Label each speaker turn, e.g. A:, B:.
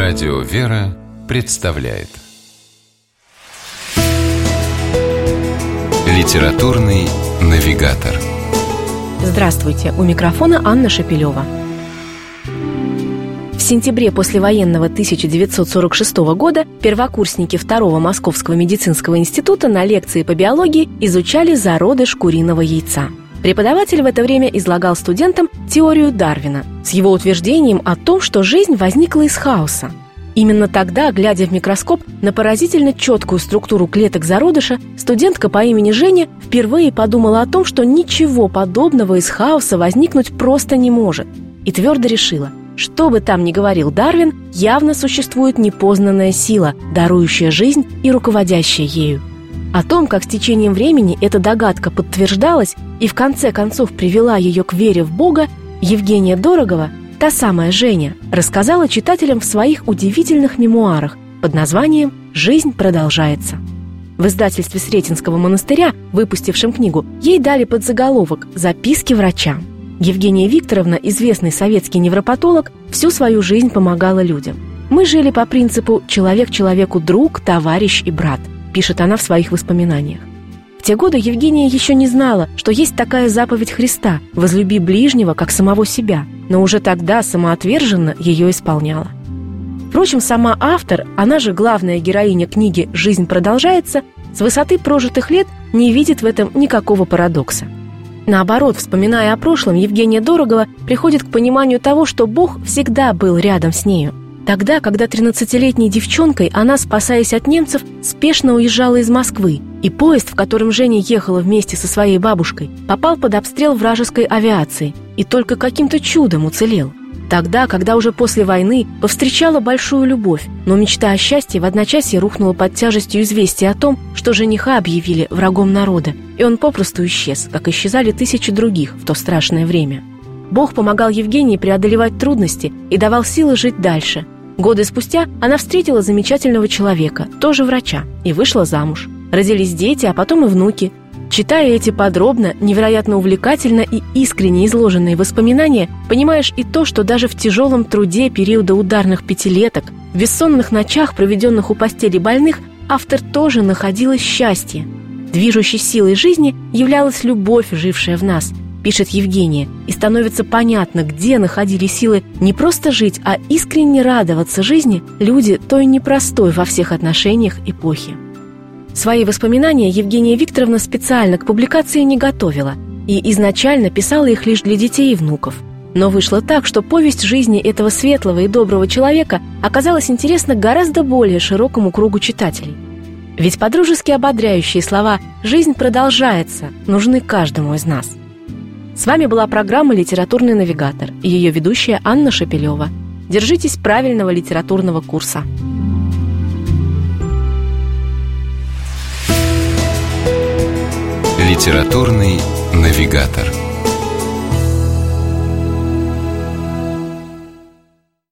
A: Радио «Вера» представляет Литературный навигатор.
B: Здравствуйте, у микрофона Анна Шапилева. В сентябре послевоенного 1946 года первокурсники Второго Московского медицинского института на лекции по биологии изучали зародыш куриного яйца. Преподаватель в это время излагал студентам теорию Дарвина с его утверждением о том, что жизнь возникла из хаоса. Именно тогда, глядя в микроскоп на поразительно четкую структуру клеток зародыша, студентка по имени Женя впервые подумала о том, что ничего подобного из хаоса возникнуть просто не может, и твердо решила: что бы там ни говорил Дарвин, явно существует непознанная сила, дарующая жизнь и руководящая ею. О том, как с течением времени эта догадка подтверждалась и в конце концов привела ее к вере в Бога, Евгения Дорогова, та самая Женя, рассказала читателям в своих удивительных мемуарах под названием «Жизнь продолжается». В издательстве Сретенского монастыря, выпустившем книгу, ей дали подзаголовок «Записки врача». Евгения Викторовна, известный советский невропатолог, всю свою жизнь помогала людям. «Мы жили по принципу «человек человеку друг, товарищ и брат», пишет она в своих воспоминаниях. В те годы Евгения еще не знала, что есть такая заповедь Христа «Возлюби ближнего, как самого себя», но уже тогда самоотверженно ее исполняла. Впрочем, сама автор, она же главная героиня книги «Жизнь продолжается», с высоты прожитых лет не видит в этом никакого парадокса. Наоборот, вспоминая о прошлом, Евгения Дорогова приходит к пониманию того, что Бог всегда был рядом с нею. Тогда, когда 13-летней девчонкой она, спасаясь от немцев, спешно уезжала из Москвы, и поезд, в котором Женя ехала вместе со своей бабушкой, попал под обстрел вражеской авиации и только каким-то чудом уцелел. Тогда, когда уже после войны повстречала большую любовь, но мечта о счастье в одночасье рухнула под тяжестью известия о том, что жениха объявили врагом народа, и он попросту исчез, как исчезали тысячи других в то страшное время. Бог помогал Евгении преодолевать трудности и давал силы жить дальше. Годы спустя она встретила замечательного человека, тоже врача, и вышла замуж. Родились дети, а потом и внуки. Читая эти подробно, невероятно увлекательно и искренне изложенные воспоминания, понимаешь и то, что даже в тяжелом труде периода ударных пятилеток, в бессонных ночах, проведенных у постели больных, автор тоже находила счастье. Движущей силой жизни являлась любовь, жившая в нас, пишет Евгения, и становится понятно, где находили силы не просто жить, а искренне радоваться жизни люди той непростой во всех отношениях эпохи. Свои воспоминания Евгения Викторовна специально к публикации не готовила и изначально писала их лишь для детей и внуков. Но вышло так, что повесть жизни этого светлого и доброго человека оказалась интересна гораздо более широкому кругу читателей. Ведь подружески ободряющие слова «Жизнь продолжается» нужны каждому из нас. С вами была программа «Литературный навигатор» и ее ведущая Анна Шапилева. Держитесь правильного литературного курса.
A: Литературный навигатор.